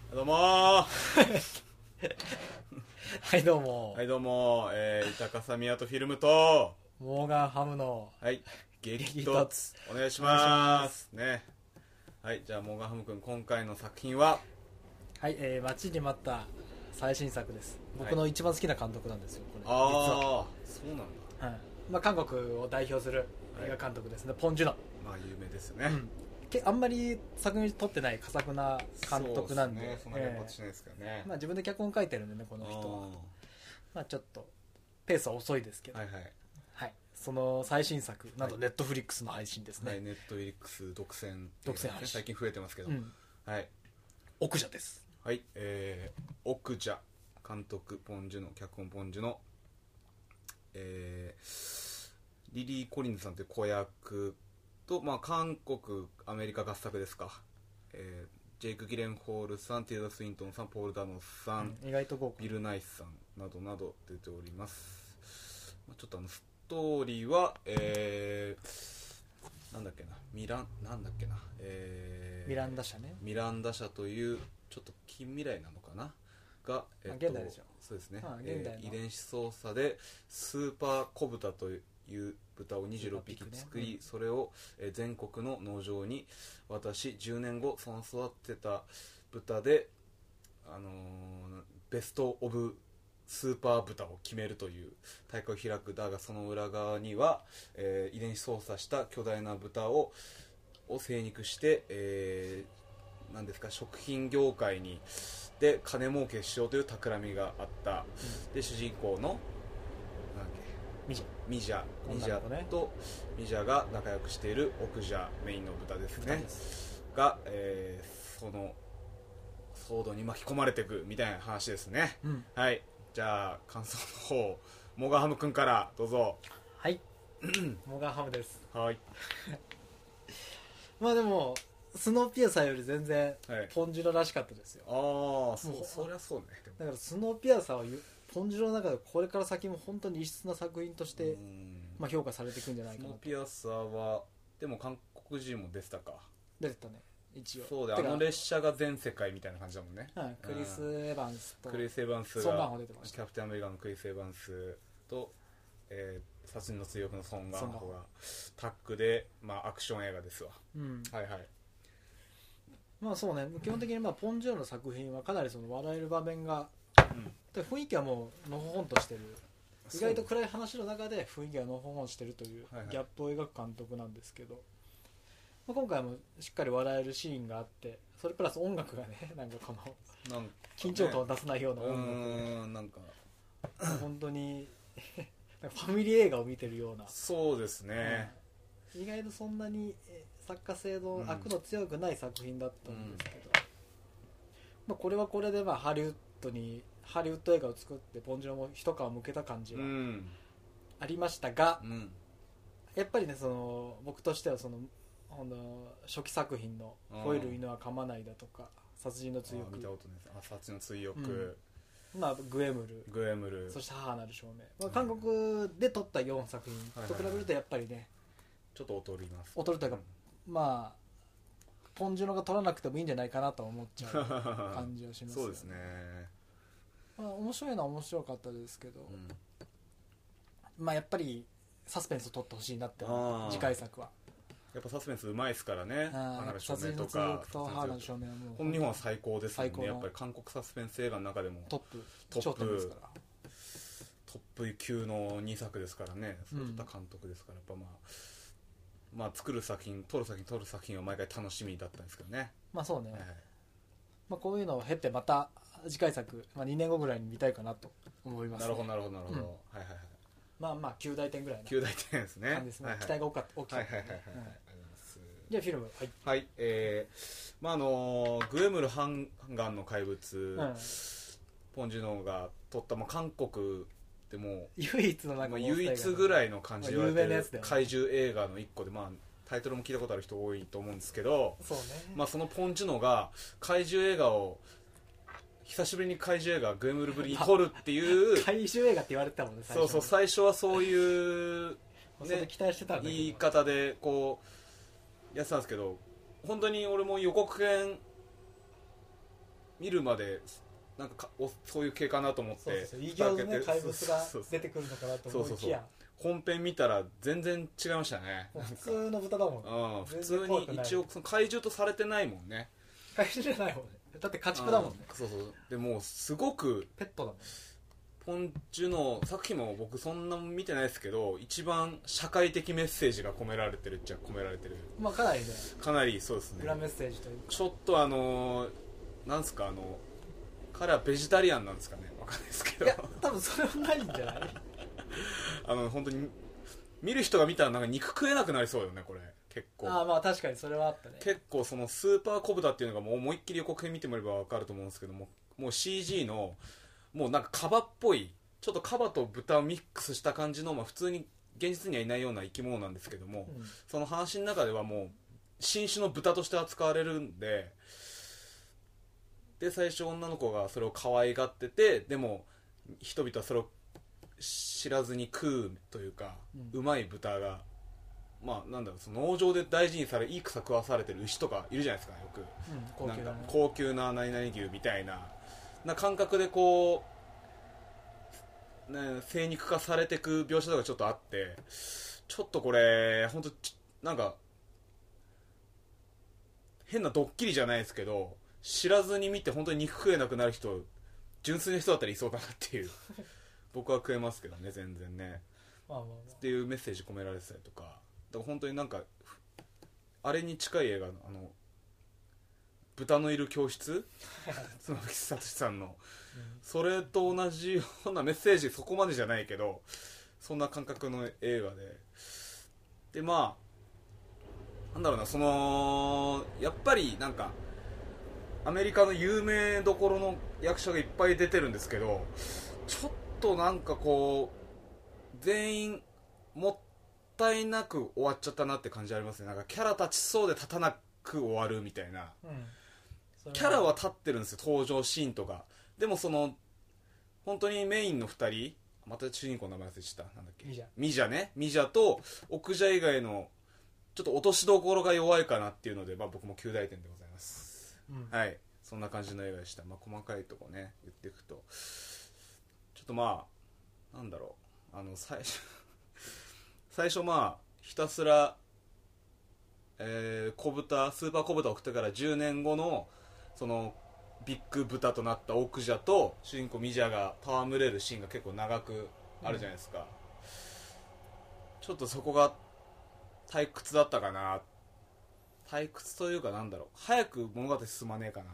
どうもはいどうも、 はいどうも、板笠宮とフィルムとモーガンハムのはい激激突突お願いしますね。はい、じゃあモーガンハム君、今回の作品ははい、待ちに待った最新作です。僕の一番好きな監督なんですよ、これ実は。 ああそうなんだ。 はい、まあ、韓国を代表する映画監督ですね、ポン・ジュノ、 まあ有名ですよね、 あんまり作品撮ってない佳作な監督なんで、 そうですね、そんなにしないですけどね、 まあ、自分で脚本書いてるんでね、この人は。まあ、ちょっとペースは遅いですけど、 はいはい、 はい、その最新作なんとネットフリックスの配信ですね、 はい、ネットフリックス独占、 独占配信最近増えてますけど、はい、 奥者です。 はい、奥者監督ポン・ジュノ、脚本ポン・ジュノ、リリー・コリンズさんという子役と、まあ、韓国アメリカ合作ですか、ジェイク・ギレンホールさん、ティルダ・スウィントンさん、ポール・ダノスさん、 意外と豪華、 ビル・ナイスさんなどなど出ております。まあ、ちょっとストーリーは、なんだっけな、ミランダ社ね、ミランダ社というちょっと近未来なのかなが、 現代でしょ。 そうですね、 現代の遺伝子操作でスーパー小豚という豚を26匹作り、それを全国の農場に渡し、10年後その育てた豚で、ベストオブスーパー豚を決めるという大会を開く。だがその裏側には、遺伝子操作した巨大な豚を生肉して、なんですか、食品業界にで金儲けしようという企みがあった、で主人公のなんだっけ、ミジャとミジャが仲良くしている奥者、メインの豚ですねが、その騒動に巻き込まれていくみたいな話ですね、はい、じゃあ感想の方、モガハム君からどうぞ。 はいモガンハムです。 はい。 まあでもスノーピアサーより全然ポン・ジュノらしかったですよ。 ああ、そりゃそうね。 だからスノーピアサーはポン・ジュノの中でこれから先も本当に異質な作品として、まあ、評価されていくんじゃないかなと。 スノーピアサーはでも韓国人も出てたか。 出てたね、一応。 そうで、あの列車が全世界みたいな感じだもんね。 クリス・エヴァンスとクリス・エヴァンスソン・ガンがホ出てました。 キャプテンアメリカのクリス・エヴァンスと、殺人の追憶のソン・ガンホがタッグで、まあ、アクション映画ですわ、はいはい。 まあそうね、基本的にまあポン・ジュノの作品はかなりその笑える場面が、で雰囲気はもうのほほんとしてる、意外と暗い話の中で雰囲気がのほほんしてるというギャップを描く監督なんですけど、まあ、今回もしっかり笑えるシーンがあって、それプラス音楽がね、なんかこの緊張感を出さないような音楽、なんか本当にファミリー映画を見てるような。 そうですね、 意外とそんなに作家性の悪の強くない作品だったんですけど、まあ、これはこれでまあハリウッド映画を作ってポン・ジュノも一皮むけた感じはありましたが、やっぱりね、その僕としてはその初期作品の「吠える犬は噛まない」だとか「殺人の追憶」、 殺人の追憶、 まあ、グエムル、そして母なる証明、まあ、韓国で撮った4作品と比べるとやっぱりね、 ちょっと劣るというか、まあポン・ジュノが撮らなくてもいいんじゃないかなと思っちゃう感じはしますよね。そうですね、まあ、面白いのは面白かったですけど、まあやっぱりサスペンスを撮ってほしいなって思う。次回作はやっぱサスペンスうまいですからね。 殺人の追憶と母なる証明はもうこの2本は最高ですもんね。やっぱり韓国サスペンス映画の中でもトップですから、 トップ級の2作ですからね。そういった監督ですから、やっぱまあ撮る作品は毎回楽しみだったんですけどね。 まあそうね、まあ、こういうのを経てまた次回作、まあ、2年後ぐらいに見たいかなと思います、ね。なるほど、はいはいはい。まあ9大点ぐらいの9大点ですね。期待が大きかったですね。じゃあフィルム、 はい、まあグエムル・ハンガンの怪物、ポン・ジュノが撮った、まあ、韓国でも唯一のなんか唯一ぐらいの感じで言われてる怪獣映画の一個で、まあタイトルも聞いたことある人多いと思うんですけど、まあ、そのポン・ジュノが怪獣映画を久しぶりに怪獣映画グエムルぶりに撮るっていう怪獣映画って言われてたもんね。 そう最初はそういう、 ね、期待してたんだけど言い方でこうやってたんですけど、本当に俺も予告編見るまでなんかそういう系かなと思って、 異形のね怪物が出てくるのかなと思いきや、 本編見たら全然違いましたね。 普通の豚だもんね。 普通に一応その怪獣とされてないもんね。 怪獣じゃないもんね。だって家畜だもんね。 そうでもすごくペットだもん。 ポン・ジュノ作品も僕そんな見てないですけど、一番社会的メッセージが込められてるっちゃ込められてる。 まあかなりね、 かなりそうですね、 裏メッセージというか、 ちょっとなんすか彼はベジタリアンなんですかね、わかんないですけど。 いや多分それはないんじゃない本当に見る人が見たらなんか肉食えなくなりそうよねこれ結構。 まあ確かにそれはあったね。 結構そのスーパーコブタっていうのがもう思いっきり予告編見てもらえば分かると思うんですけども、もう CG のもうなんかカバっぽい、ちょっとカバと豚をミックスした感じの、普通に現実にはいないような生き物なんですけども、その話の中ではもう新種の豚として扱われるんで、最初女の子がそれを可愛がってて、でも人々はそれを知らずに食うというか、うまい豚がなんだろう、その農場で大事にされいい草食わされてる牛とかいるじゃないですか、よく、なんか高級な何々牛みたいな感覚でこう、精肉化されていく描写とかちょっとあって、ちょっとこれ本当なんか変なドッキリじゃないですけど、知らずに見て本当に肉食えなくなる人、純粋な人だったらいそうだなっていう僕は食えますけどね全然ね、っていうメッセージ込められてたりとか、だから本当になんかあれに近い映画の豚のいる教室妻夫木聡さんの、それと同じようなメッセージ、そこまでじゃないけどそんな感覚の映画で、なんだろうな、そのやっぱりなんかアメリカの有名どころの役者がいっぱい出てるんですけど、ちょっとなんかこう全員もったいなく終わっちゃったなって感じありますね。なんかキャラ立ちそうで立たなく終わるみたいな、キャラは立ってるんですよ、登場シーンとかでも。その本当にメインの2人、また主人公の名前忘れちゃった、なんだっけ、ミジャと奥者以外のちょっと落としどころが弱いかなっていうので、僕も9大点でございます。はい、そんな感じの映画でした。細かいとこね言っていくと、ちょっとなんだろう、最初ひたすら、スーパー小豚を送ってから10年後のそのビッグ豚となった奥者と主人公ミジャが戯れるシーンが結構長くあるじゃないですか、ちょっとそこが退屈だったかな。退屈というか、なんだろう、早く物語進まねえかな、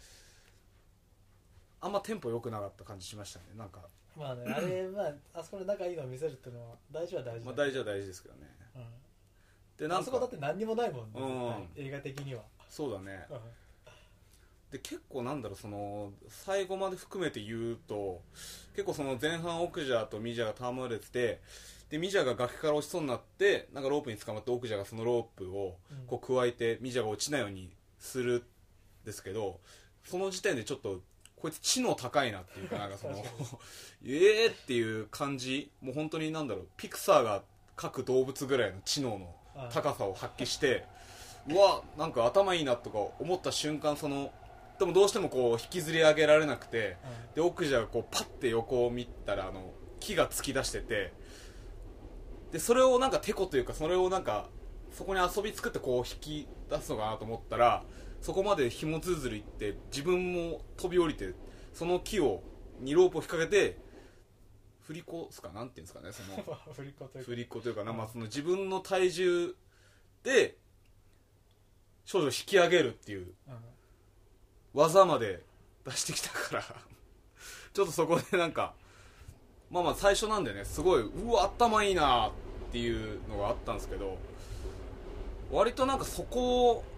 あんまテンポ良くなかった感じしましたね。なんかあれあそこで仲いいのを見せるっていうのは大事は大事、 大事は大事ですけどね、 でなんかあそこだって何にもないもんね、映画的には。 そうだね、で結構なんだろう、その最後まで含めて言うと、結構その前半奥者とミジャが戯れてて、でミジャが崖から落ちそうになって、なんかロープに捕まって、奥者がそのロープをこう加えてミジャが落ちないようにするんですけど、その時点でちょっとこいつ知能高いなっていうか、なんかそのっていう感じ、もう本当になんだろう、ピクサーが描く動物ぐらいの知能の高さを発揮して、うわなんか頭いいなとか思った瞬間、でもどうしてもこう引きずり上げられなくて、で奥者がこうパッて横を見たら木が突き出してて、でそれをなんかテコというか、それをなんかそこに遊び作ってこう引き出すのかなと思ったら、そこまで紐ずるずるいって自分も飛び降りて、その木にロープを引っ掛けて振り子ですか、なんていうんですかね、その振り子というかな、その自分の体重で少女を引き上げるっていう技まで出してきたからちょっとそこでなんか最初なんでね、すごい、うわ頭いいなっていうのがあったんですけど、割となんかそこを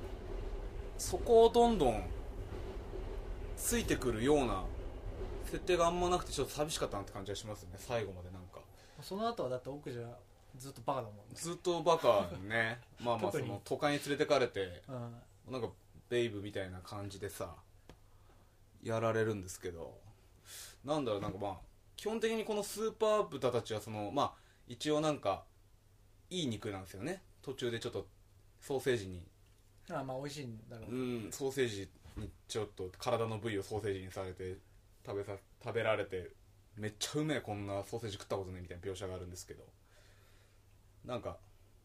どんどんついてくるような設定があんまなくて、ちょっと寂しかったなって感じがしますね、最後まで。なんかその後はだって奥者ずっとバカだもんね。 ずっとバカねその都会に連れてかれて、なんかベイブみたいな感じでさやられるんですけど、なんだろう、なんか基本的にこのスーパー豚たちは一応なんかいい肉なんですよね。途中でちょっとソーセージに美味しいんだろう、 ソーセージにちょっと体の部位をソーセージにされて食べられて、めっちゃうめえこんなソーセージ食ったことねみたいな描写があるんですけど、なんか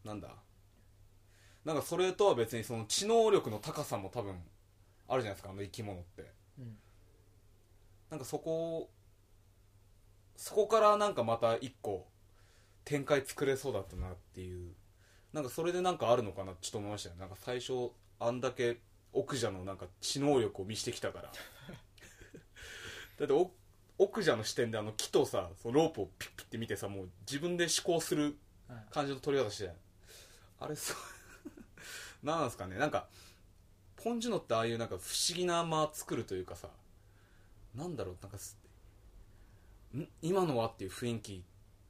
それとは別にその知能力の高さも多分あるじゃないですか、あの生き物って、 うん、 なんかそこからなんかまた一個展開作れそうだったなっていう、なんかそれでなんかあるのかなってちょっと思いましたよ。なんか最初あんだけ奥者のなんか知能力を見してきたからだって奥者の視点で木とさ、そのロープをピッピッて見てさ、もう自分で思考する感じの取り方して、あれそうなんですかね、なんかポン・ジュノってああいうなんか不思議な間作るというかさ、なんだろう、なんか今のはっていう雰囲気、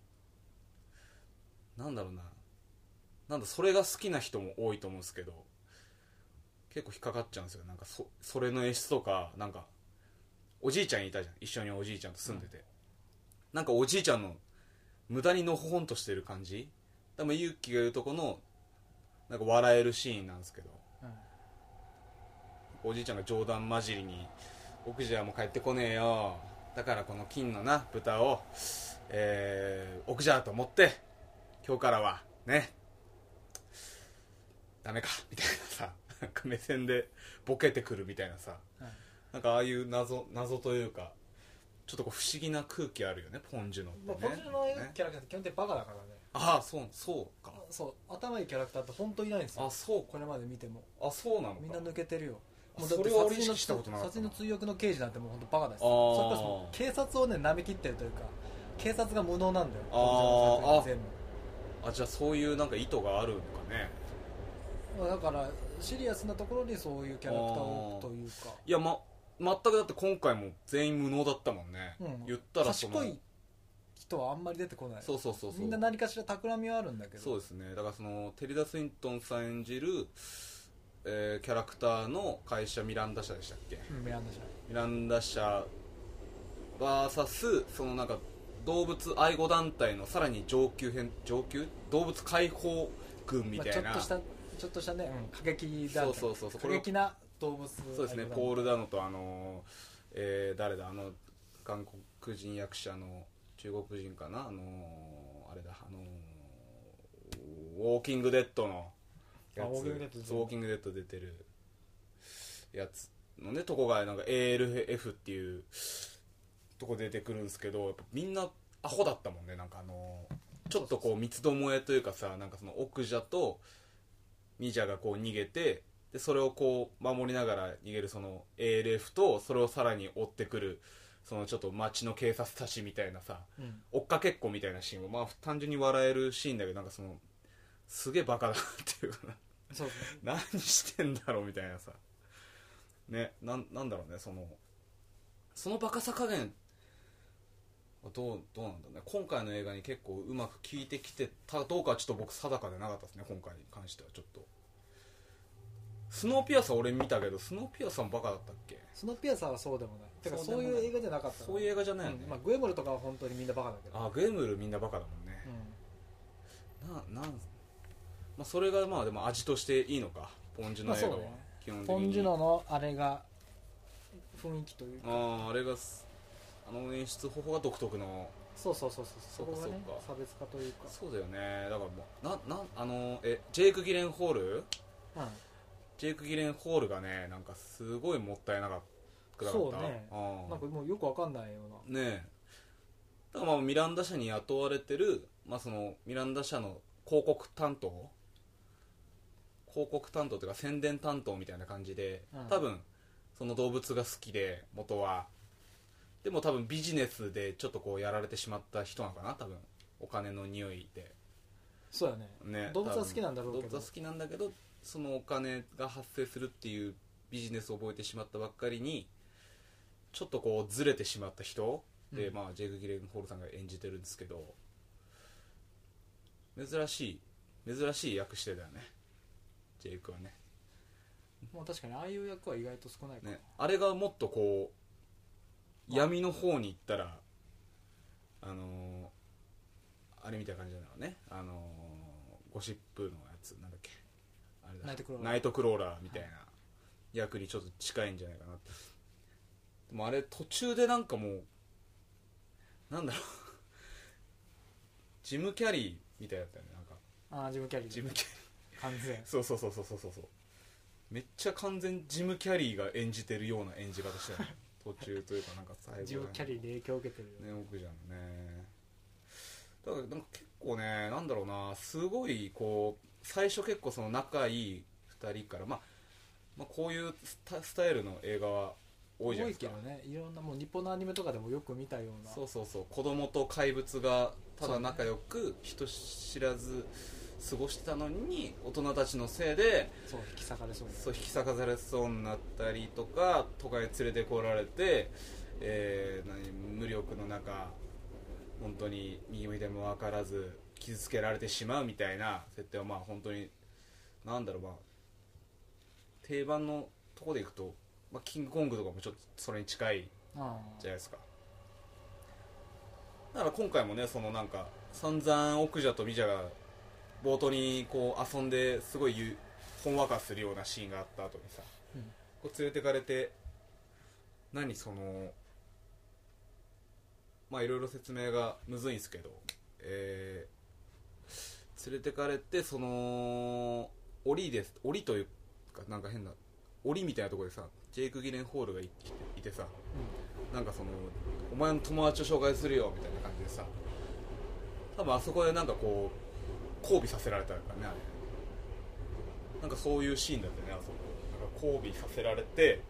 なんだろうな、なんだ、それが好きな人も多いと思うんですけど、結構引っかかっちゃうんですよ。なんかそれの演出とか、なんかおじいちゃんいたじゃん、一緒におじいちゃんと住んでて、なんかおじいちゃんの無駄にのほほんとしてる感じ、多分ユッキが言うとこのなんか笑えるシーンなんですけど、おじいちゃんが冗談交じりに奥じゃもう帰ってこねえよ、だからこの金のな豚を、奥じゃと思って今日からはねダメかみたいなさ、なんか目線でボケてくるみたいなさ、なんかああいう謎というか、ちょっとこう不思議な空気あるよね、ポン・ジュノってね。 ポン・ジュノのキャラクターって基本的にバカだからね。 ああ、そうか。 そう頭いいキャラクターって本当いないんですよ。 あ、そうか。 これまで見ても。 あ、そうなのか。 みんな抜けてるよ。 もうだってそれは俺意識したことなかったな。 殺人の追憶の刑事なんてもう本当バカだし、 それ警察をね舐めきってるというか、警察が無能なんだよ。全部。あ、じゃあそういうなんか意図があるのかね。 だからシリアスなところにそういうキャラクターをというか、 いや、全くだって今回も全員無能だったもんね、言ったら賢い人はあんまり出てこない。 そうみんな何かしら企みはあるんだけど。 そうですね。だからそのテリダ・スウィントンさん演じる、キャラクターの会社ミランダ社でしたっけ、 ミランダ社 VS そのなんか動物愛護団体のさらに上級動物解放軍みたいな、 ちょっとしたね、過激団体、 そう過激な動物、 そうですね。ポール・ダノと誰だ、韓国人役者の中国人かな、あれだ、ウォーキングデッドのやつ、ウォーキングデッド出てるやつのねとこがなんか ALF っていうとこ出てくるんですけど、やっぱみんなアホだったもんね。なんかちょっとこう三つどもえというかさ、なんかその奥者とミジャがこう逃げて、でそれをこう守りながら逃げるその ALF と、それをさらに追ってくるそのちょっと街の警察たちみたいなさ、追っかけっこみたいなシーンを、まあ単純に笑えるシーンだけど、なんかそのすげえバカだなっていうかな、 そう何してんだろうみたいなさね、なんだろうね、そのバカさ加減はどうなんだろうね。今回の映画に結構うまく効いてきてたどうかはちょっと僕定かでなかったですね、今回に関しては。ちょっとスノーピアサー俺見たけど、スノーピアサーもバカだったっけ。 スノーピアサーはそうでもない。てかそういう映画じゃなかった。 そういう映画じゃないよね、 グエムルとかは本当にみんなバカだけど。 グエムルみんなバカだもんね、それがまあでも味としていいのか、ポン・ジュノ映画は、基本的にポン・ジュノのあれが雰囲気というか、 あれが演出方法が独特の、 そうそこがね、差別化というか。 そうだよね。だからもうジェイク・ギレンホール、ジェイク・ギレンホールがね、なんかすごいもったいなかった。 そうね、なんかもうよくわかんないようなね。だからまあミランダ社に雇われてる、そのミランダ社の広告担当というか宣伝担当みたいな感じで、多分その動物が好きで、元はでも多分ビジネスでちょっとこうやられてしまった人なのかな、多分お金の匂いで。 そうやね、動物は好きなんだろうけど、 動物は好きなんだけど、そのお金が発生するっていうビジネスを覚えてしまったばっかりに、ちょっとこうずれてしまった人で、ジェイク・ギレンホールさんが演じてるんですけど、珍しい役してたよね、ジェイクはね。 確かにああいう役は意外と少ないか、 ね、あれがもっとこう闇の方に行ったら、あれみたいな感じなのね、ゴシップのやつなんだっけ、あれだ、ナイトクローラーみたいな役にちょっと近いんじゃないかな。でもあれ途中でなんかもうなんだろうジム・キャリーみたいだったよね。なんかジム・キャリージム・キャリー完全そうめっちゃ完全ジム・キャリーが演じてるような演じ方してたね途中というかなんか最後、ね、 ジム・キャリーで影響を受けてるよね奥じゃんね。だからなんか結構ねなんだろうなすごいこう最初結構その仲いい2人から、まあ、こういうスタイルの映画は多いじゃないですか。 多いけどね、いろんなもう日本のアニメとかでもよく見たような。 そう子供と怪物がただ仲良く人知らず過ごしてたのに大人たちのせいで引き裂かれそうになる。 引き裂かれそうになったりとか都会に連れてこられて、無力の中本当に右も左も分からず傷つけられてしまうみたいな設定はまあ本当になんだろう定番のとこでいくと、キングコングとかもちょっとそれに近いじゃないですか。だから今回もねそのなんか散々奥者と美女が冒頭にこう遊んですごいほんわかするようなシーンがあった後にさ、こう連れてかれてそのいろいろ説明がむずいんですけど、連れてかれてその檻というかなんか変な檻みたいなところでさジェイク・ギレンホールがいてさ、なんかそのお前の友達を紹介するよみたいな感じでさ多分あそこでなんかこう交尾させられたからねあれなんかそういうシーンだったよねあそこなんか交尾させられて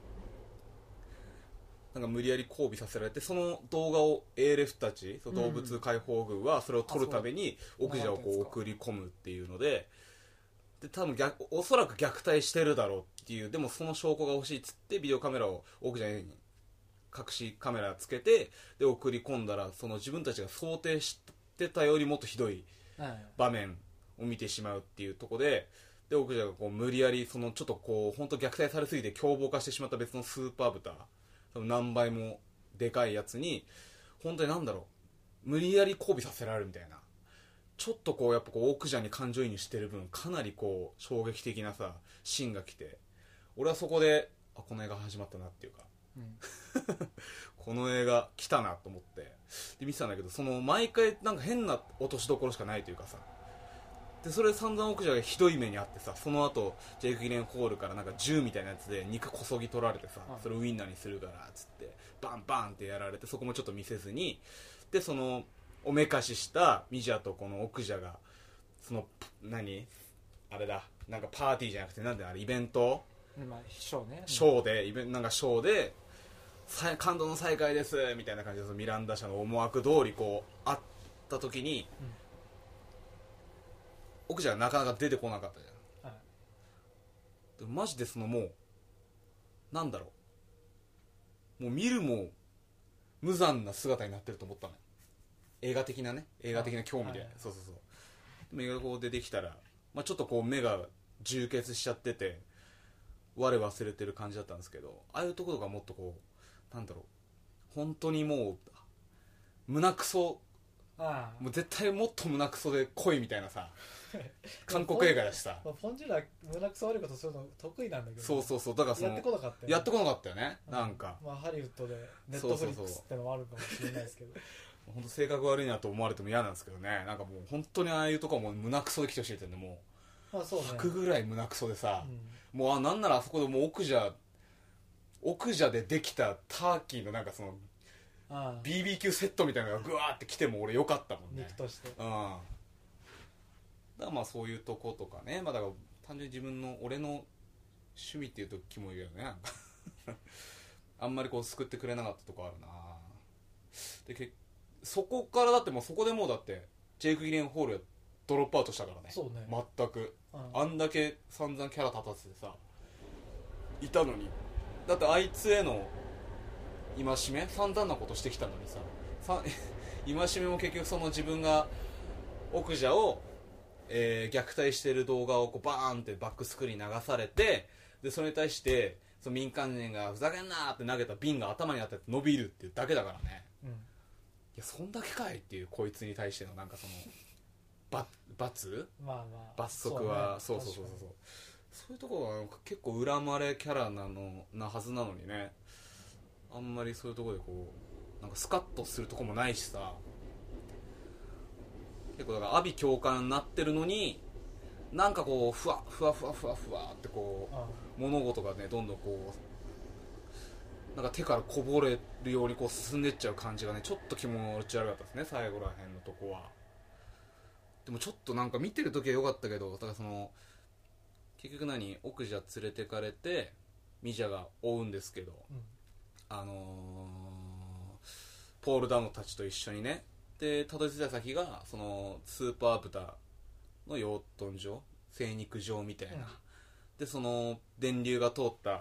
なんか無理やり交尾させられてその動画を ALF たちその動物解放軍はそれを撮るために奥者をこう送り込むっていうので多分おそらく虐待してるだろうっていうでもその証拠が欲しいっつってビデオカメラを奥者に隠しカメラつけてで送り込んだらその自分たちが想定してたよりもっとひどい場面を見てしまうっていうところで奥者がこう無理やりそのちょっとこう本当虐待されすぎて凶暴化してしまった別のスーパー豚多分何倍もでかいやつに本当になんだろう無理やり交尾させられるみたいなちょっとこうやっぱこう奥者に感情移入してる分かなりこう衝撃的なさシーンが来て俺はそこでこの映画始まったなっていうか、この映画来たなと思ってで見てたんだけどその毎回なんか変な落としどころしかないというかさでそれ散々奥者がひどい目にあってさその後ジェイク・ギレンホールからなんか銃みたいなやつで肉こそぎ取られてさそれをウインナーにするからっつってバンバンってやられてそこもちょっと見せずにでそのおめかししたミジャとこの奥者がそのあれだなんかパーティーじゃなくてなんであれイベントショーねショーでなんかショーで感動の再会ですみたいな感じでそのミランダ社の思惑通りこう会った時に、奥者がなかなか出てこなかったじゃん、でもマジでそのもうなんだろうもう見るも無残な姿になってると思ったのよ映画的な興味で、そうでも映画こう出てきたら、ちょっとこう目が充血しちゃってて我忘れてる感じだったんですけどああいうところがもっとこうなんだろう本当にもう胸クソもう絶対もっと胸クソで来いみたいなさ韓国映画だしさポンジュラ胸クソ悪いことするの得意なんだけど、 そうだからそのやってこなかったよねやってこなかったよね、なんかハリウッドでネットフリックスってのもあるかもしれないですけど本当性格悪いなと思われても嫌なんですけどねなんかもう本当にああいうとこはもう胸クソで来てほしいって言うんでもうそうね吐くぐらい胸クソでさ、もうなんならあそこでもう奥者でできたターキーのなんかそのBBQ セットみたいなのがグワーって来ても俺よかったもんね肉としてだからそういうとことかねだから単純に俺の趣味っていうとキモいけどねあんまりこう救ってくれなかったとこあるなでそこからだってもうそこでもうだってジェイク・ギレンホールがドロップアウトしたからねそうね全くあんだけ散々キャラ立たせてさいたのにだってあいつへの戒め散々なことしてきたのにさ戒めも結局その自分が奥者を、虐待してる動画をこうバーンってバックスクリーン流されてでそれに対してその民間人がふざけんなーって投げた瓶が頭に当たって伸びるっていうだけだからね、いやそんだけかいっていうこいつに対してのなんかその罰、罰則はそうそういうところはなんか結構恨まれキャラなはずなのにね、あんまりそういうところでこうなんかスカッとするとこもないしさ、結構だから阿鼻教官になってるのになんかこうふわってこう物事がねどんどんこうなんか手からこぼれるようにこう進んでいっちゃう感じがねちょっと気持ち悪かったですね、最後らへんのとこは。でもちょっとなんか見てる時は良かったけど、だからその結局奥者連れてかれてミジャが追うんですけど、ポール・ダノたちと一緒にね、でたどり着いた先がそのスーパー豚の養豚場、精肉場みたいな、でその電流が通った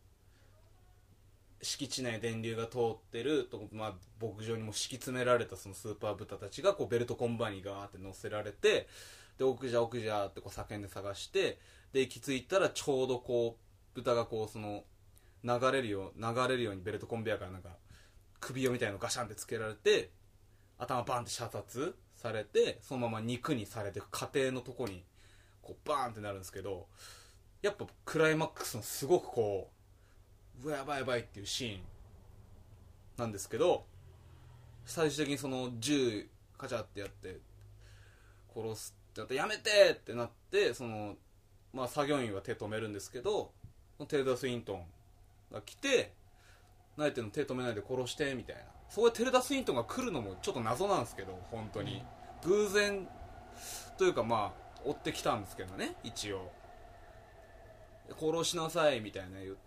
敷地内電流が通ってると、まあ、牧場にも敷き詰められたそのスーパー豚たちがこうベルトコンバイにガーって乗せられて、で奥者ってこう叫んで探して、で行き着いたらちょうどこう豚がこうその流れるようにベルトコンベヤーからなんか首をみたいなのガシャンってつけられて頭バンって射殺されて、そのまま肉にされて家庭のとこにこうバーンってなるんですけど、やっぱクライマックスのすごくこうやばいっていうシーンなんですけど、最終的にその銃カチャってやって殺すってなってやめてってなって、そのまあ作業員は手止めるんですけど、テレダ・スウィントンが来てナイテの手止めないで殺してみたいな、そこでテレダ・スウィントンが来るのもちょっと謎なんですけど、本当に偶然というかまあ追ってきたんですけどね、一応殺しなさいみたいな言って、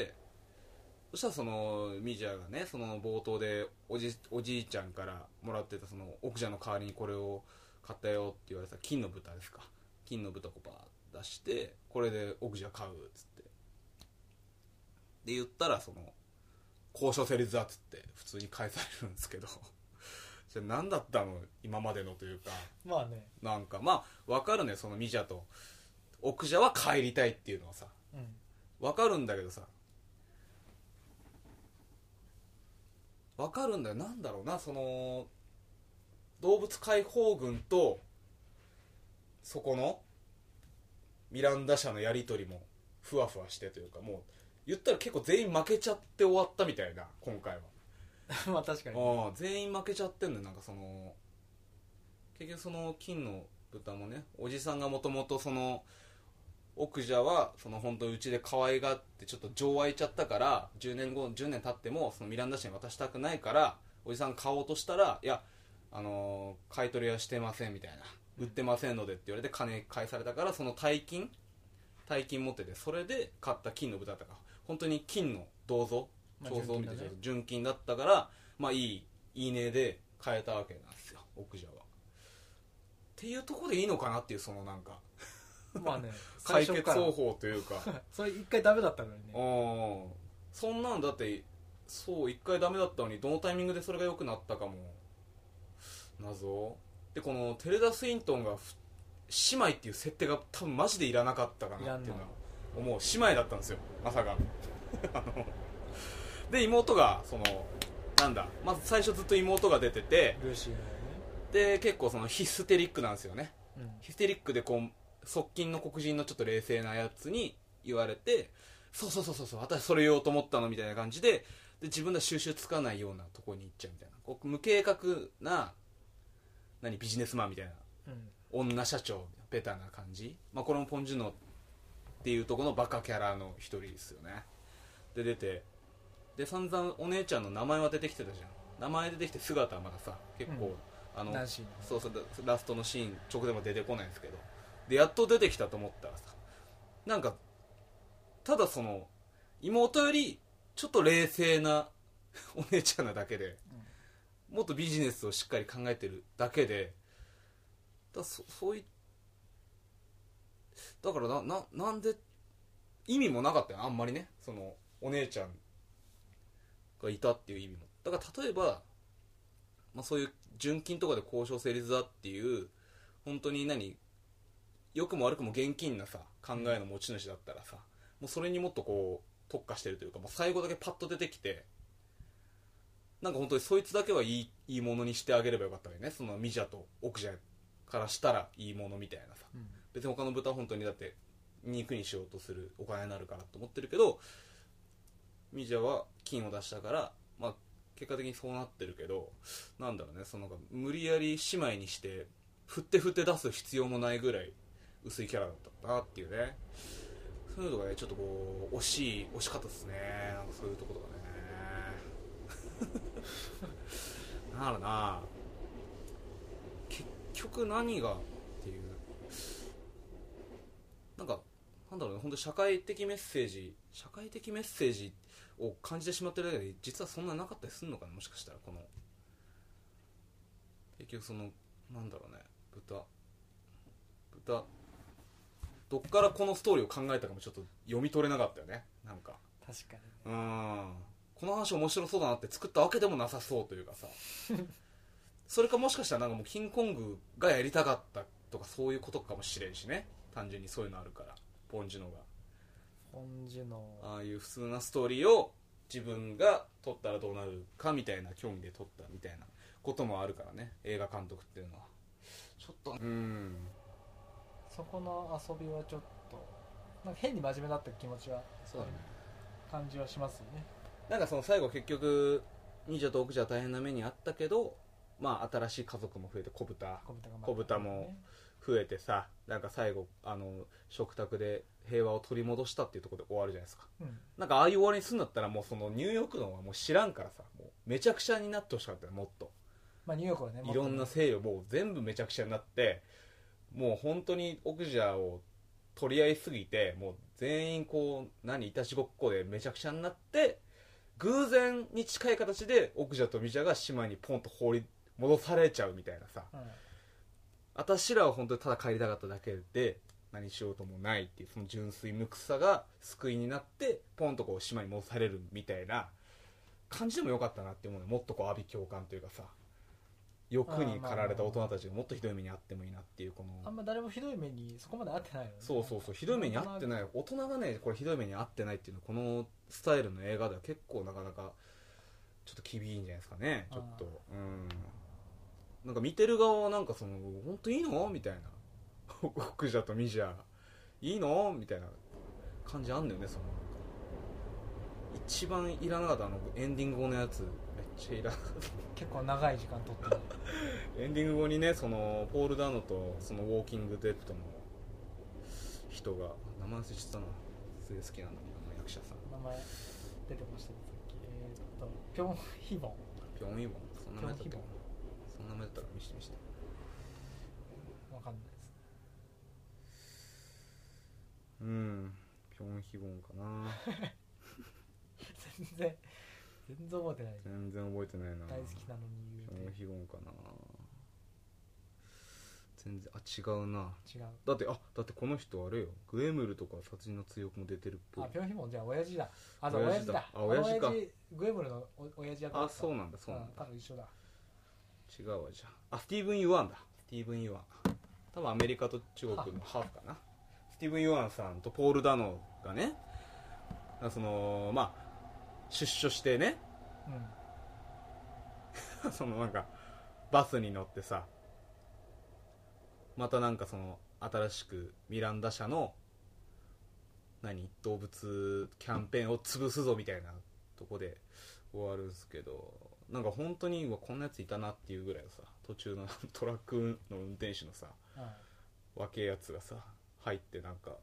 そしたらそのミジャーがね、その冒頭でおじいちゃんからもらってたその奥者の代わりにこれを買ったよって言われた金の豚ですか、金の豚をバーッ出して、これで奥者買うっつってで言ったら、その交渉成立だっつって普通に返されるんですけどじゃあ何だったの今までのというか、 まあね、 なんかまあ分かるね、そのミジャと奥者は帰りたいっていうのはさ、分かるんだけどさ、分かるんだよ、なんだろうな、その動物解放軍とそこのミランダ社のやり取りもふわふわしてというか、もう言ったら結構全員負けちゃって終わったみたいな、今回はまあ確かに全員負けちゃってんのよ。なんかその結局その金の豚もね、おじさんがもともとその奥者はその本当にうちで可愛がってちょっと情湧いちゃったから、10年経ってもそのミランダ氏に渡したくないからおじさん買おうとしたら、いや買い取りはしてませんみたいな、売ってませんのでって言われて金返されたから、その大金持ってて、それで買った金の豚だったから本当に金の銅像彫像みたいな純金だったから、まあいい値で買えたわけなんですよ、奥者は。っていうところでいいのかなっていう、そのなんかまあね解決方法というかそれ一回ダメだったのにね。 そんなんだってそう一回ダメだったのに、どのタイミングでそれが良くなったかも謎で、このテレダ・スウィントンが姉妹っていう設定が多分マジでいらなかったかなっていうのは思う。姉妹だったんですよ、まさかで妹がそのなんだ、まず最初ずっと妹が出てて、 ルーシーのね、 で結構そのヒステリックなんですよね、ヒステリックでこう側近の黒人のちょっと冷静なやつに言われて、そう私それ言おうと思ったのみたいな感じで、自分では収集つかないようなとこに行っちゃうみたいな、こう無計画なビジネスマンみたいな、女社長ベタな感じ、まあ、これもポン・ジュノっていうところのバカキャラの一人ですよね。で出て、で散々お姉ちゃんの名前は出てきてたじゃん、名前出てきて姿はまださ結構、そうラストのシーン直でも出てこないんですけど、でやっと出てきたと思ったらさ、なんかただその妹よりちょっと冷静なお姉ちゃんなだけで、もっとビジネスをしっかり考えてるだけで、そういだからなんで意味もなかったよ、あんまりね、そのお姉ちゃんがいたっていう意味も。だから例えば、まあ、そういう純金とかで交渉成立だっていう本当に良くも悪くも現金なさ考えの持ち主だったらさ、もうそれにもっとこう特化してるというか、もう最後だけパッと出てきて、なんか本当にそいつだけはいいものにしてあげればよかったわけね、そのミジャと奥者からしたらいいものみたいなさ、別に他の豚は本当にだって肉にしようとするお金になるからと思ってるけど、ミジャは金を出したから、まあ結果的にそうなってるけど、なんだろうね、そのなんか無理やり姉妹にして振って出す必要もないぐらい薄いキャラだったなっていうね。そういうのがねちょっとこう惜しかったですね。なんかそういうところがねなんだろうな、結局何がっていう、なんだろうね、本当社会的メッセージを感じてしまってるだけで実はそんななかったりするのかな、もしかしたら。この結局そのなんだろうね、豚どっからこのストーリーを考えたかもちょっと読み取れなかったよね。なんか確かに、 この話面白そうだなって作ったわけでもなさそうというかさそれかもしかしたらなんかもうキングコングがやりたかったとかそういうことかもしれんしね。単純にそういうのあるから、ポンジュノああいう普通なストーリーを自分が撮ったらどうなるかみたいな興味で撮ったみたいなこともあるからね、映画監督っていうのは。ちょっとそこの遊びはちょっとなんか変に真面目だった気持ちはそうだね、 感じはしますよね。 なんかその最後結局ミジャとオクジャは大変な目にあったけど、まあ新しい家族も増えて子豚も増えてさ、なんか最後食卓で平和を取り戻したっていうところで終わるじゃないですか、なんかああいう終わりにするんだったらもうそのニューヨークのはもう知らんからさ、もうめちゃくちゃになってほしかったよ、もっと。 まあニューヨークはね、 いろんな勢力もう全部めちゃくちゃになって、もう本当にオクジャを取り合いすぎて、もう全員こういたちごっこでめちゃくちゃになって、偶然に近い形でオクジャとミジャが島にポンと放り戻されちゃうみたいなさ、私らは本当にただ帰りたかっただけで何しようともないっていう、その純粋無垢さが救いになってポンとこう島に戻されるみたいな感じでもよかったなって思うの。もっとこう阿鼻教官というかさ、欲に駆られた大人たちがもっとひどい目に遭ってもいいなっていう、このあんま誰もひどい目にそこまで遭ってないのね。 そうひどい目に遭ってない大人がね、これひどい目に遭ってないっていうのはこのスタイルの映画では結構なかなかちょっと厳しいんじゃないですかね。ちょっとなんか見てる側はなんかその本当いいのみたいなオクジャとミジャいいのみたいな感じあんだよね。その一番いらなかったエンディング後のやつめっちゃいらなかった結構長い時間取ってエンディング後にね、そのポール・ダノとそのウォーキングデッドの人が、名前忘れちゃったな、すげえ好きなのに役者さん名前出てましたねさっき。ピョンヒボンそんな名前だったっけ、そんな名前だったら見せてわかんないですね。 ピョンヒボンかな全然覚えてない。 全然覚えてないな。 大好きなのに言うて。 ピョンヒボンかな。全然違うな。 違う。 だってこの人あれよ、グエムルとか殺人の追憶も出てるっぽい。 ピョンヒボンじゃあ親父だ。親父だ。 親父か。 グエムルの親父やった。 そうなんだ。 多分一緒だ。 違うわ。じゃあスティーブン・ユアンだ。スティーブン・ユアン、多分アメリカと中国のハーフかな。スティーブン・ユアンさんとポール・ダノがね、そのまあ出所してね、そのなんかバスに乗ってさ、またなんかその新しくミランダ社の動物キャンペーンを潰すぞみたいなとこで終わるんですけど、なんか本当にこんなやついたなっていうぐらいさ、途中のトラックの運転手のさ、若えやつがさ入ってなんか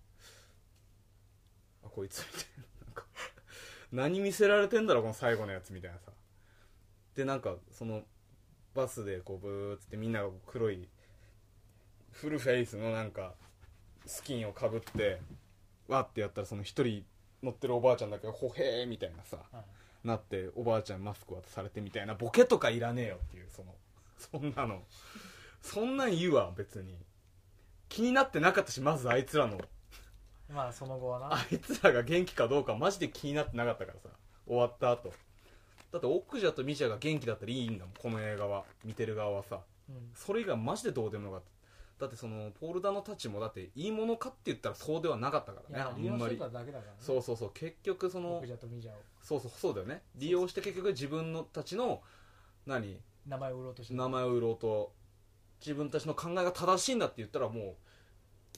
こいつみたいな、なんか何見せられてんだろこの最後のやつみたいなさ。でなんかそのバスでこうブーってみんなが黒いフルフェイスのなんかスキンをかぶってわってやったら、その一人乗ってるおばあちゃんだけがほへーみたいなさ、なっておばあちゃんマスク渡されてみたいなボケとかいらねえよっていう、そんなん言うわ別に気になってなかったし、まずあいつらのまあその後はな、 あいつらが元気かどうかマジで気になってなかったからさ、終わった後だってオクジャとミジャが元気だったらいいんだもん、この映画は見てる側はさ、それ以外マジでどうでもよかった。だってそのポールダノたちもだっていいものかって言ったらそうではなかったからね。 利用してただけだからね。 そう結局そのオクジャとミジャをそうだよね、利用して結局自分のたちの名前を売ろうと自分たちの考えが正しいんだって言ったらもう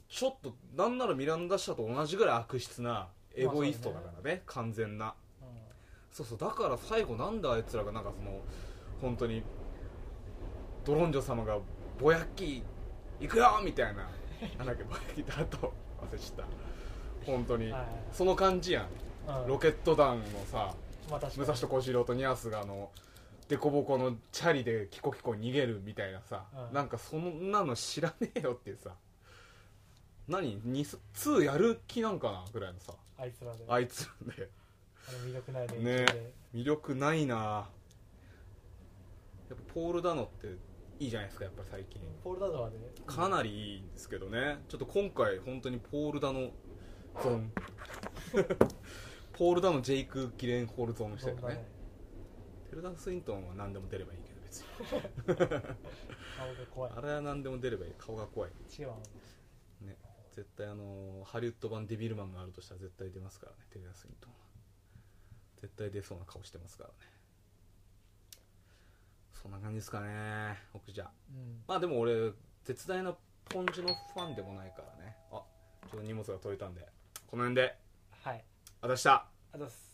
ちょっとなんならミランダ・シャと同じぐらい悪質なエゴイストだからね、完全な、そうそう、だから最後なんであいつらがなんかその本当にドロンジョ様がぼやっき行くよみたいななんだっけ、ぼやっきってあと忘れちゃった、本当に、その感じやん、ロケット団のさ、武蔵と小次郎とニアスがデコボコのチャリでキコキコ逃げるみたいなさ、なんかそんなの知らねえよっていうさ、何2やる気なんかなぐらいのさ、 あいつらで魅力ないね、魅力ないな。やっぱポール・ダノっていいじゃないですか、やっぱり最近ポール・ダノはねかなりいいんですけどね、ちょっと今回本当にポール・ダノゾンポール・ダノ、ジェイク・ギレンホールゾンしてるね。テルダ・スウィントンは何でも出ればいいけど別に顔が怖い、あれは何でも出ればいい、顔が怖い、 違うね、絶対ハリウッド版デビルマンがあるとしたら絶対出ますからね、テルダ・スウィントンは絶対出そうな顔してますからね。そんな感じですかね、僕じゃ、まあでも俺絶大なポンジのファンでもないからね。あ、ちょっと荷物が届いたんでこの辺で、 はい、 あざした。 あざっす。